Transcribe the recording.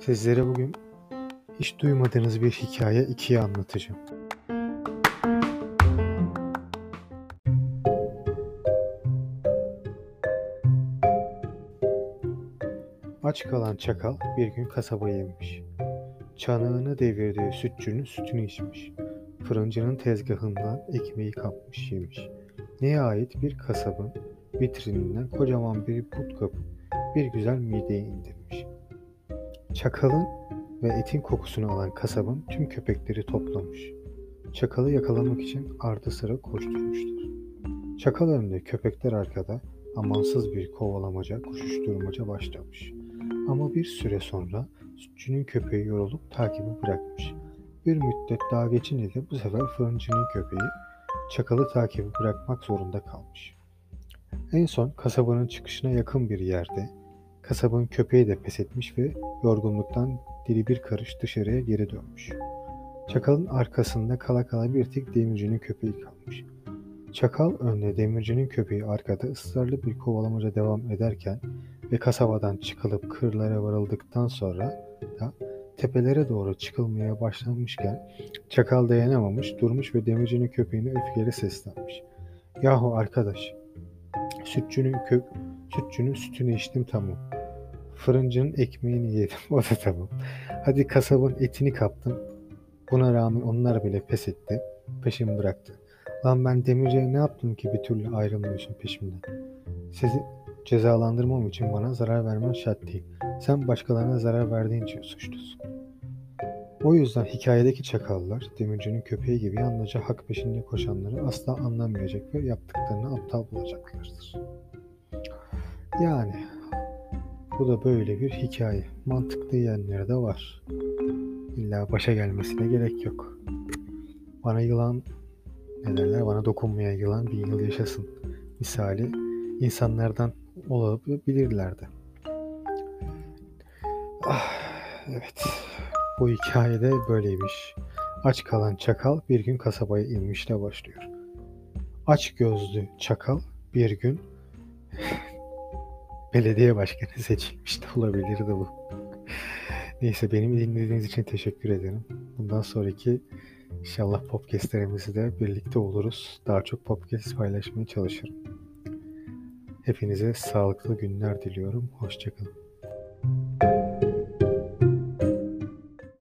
Sizlere bugün hiç duymadığınız bir hikaye ikiye anlatacağım. Aç kalan çakal bir gün kasabaya inmiş. Çanağını devirdiği sütçünün sütünü içmiş. Fırıncının tezgahından ekmeği kapmış yemiş. Nihayet bir kasabın vitrininden kocaman bir but kapıp bir güzel mideye indirmiş. Çakalın ve etin kokusunu alan kasabın tüm köpekleri toplamış. Çakalı yakalamak için ardı sıra koşturmuşlar. Çakal önde, köpekler arkada, amansız bir kovalamaca, koşuşturmaca başlamış. Ama bir süre sonra sütçünün köpeği yorulup takibi bırakmış. Bir müddet daha geçince de bu sefer fırıncının köpeği çakalı takibi bırakmak zorunda kalmış. En son kasabanın çıkışına yakın bir yerde kasabın köpeği de pes etmiş ve yorgunluktan dili bir karış dışarıya geri dönmüş. Çakalın arkasında kala kala bir tek demircinin köpeği kalmış. Çakal önde, demircinin köpeği arkada ısrarlı bir kovalamaca devam ederken ve kasabadan çıkılıp kırlara varıldıktan sonra da tepelere doğru çıkılmaya başlanmışken çakal dayanamamış, durmuş ve demircinin köpeğine öfkeyle seslenmiş. Yahu arkadaş, sütçünün sütünü içtim tamam. Fırıncının ekmeğini yedim o da tamam. Hadi kasabın etini kaptım. Buna rağmen onlar bile pes etti, peşimi bıraktı. Lan ben demirciye ne yaptım ki bir türlü ayrılmıyorsun peşimden? Sizi cezalandırmam için bana zarar vermen şart değil. Sen başkalarına zarar verdiğin için suçlusun. O yüzden hikayedeki çakallar demircinin köpeği gibi yalnızca hak peşinde koşanları asla anlamayacak ve yaptıklarını aptal bulacaklardır. Yani bu da böyle bir hikaye. Mantıklı yanları da var. İlla başa gelmesine gerek yok. Bana yılan ne derler? Bana dokunmaya yılan bin yıl yaşasın misali insanlardan olabilirlerdi. Evet. Bu hikayede böyleymiş. Aç kalan çakal bir gün kasabaya inmişle başlıyor. Aç gözlü çakal bir gün belediye başkanı seçilmiş de olabilirdi bu. Neyse, beni dinlediğiniz için teşekkür ederim. Bundan sonraki İnşallah podcastlerimizde birlikte oluruz. Daha çok podcast paylaşmaya çalışırım. Hepinize sağlıklı günler diliyorum. Hoşça kalın.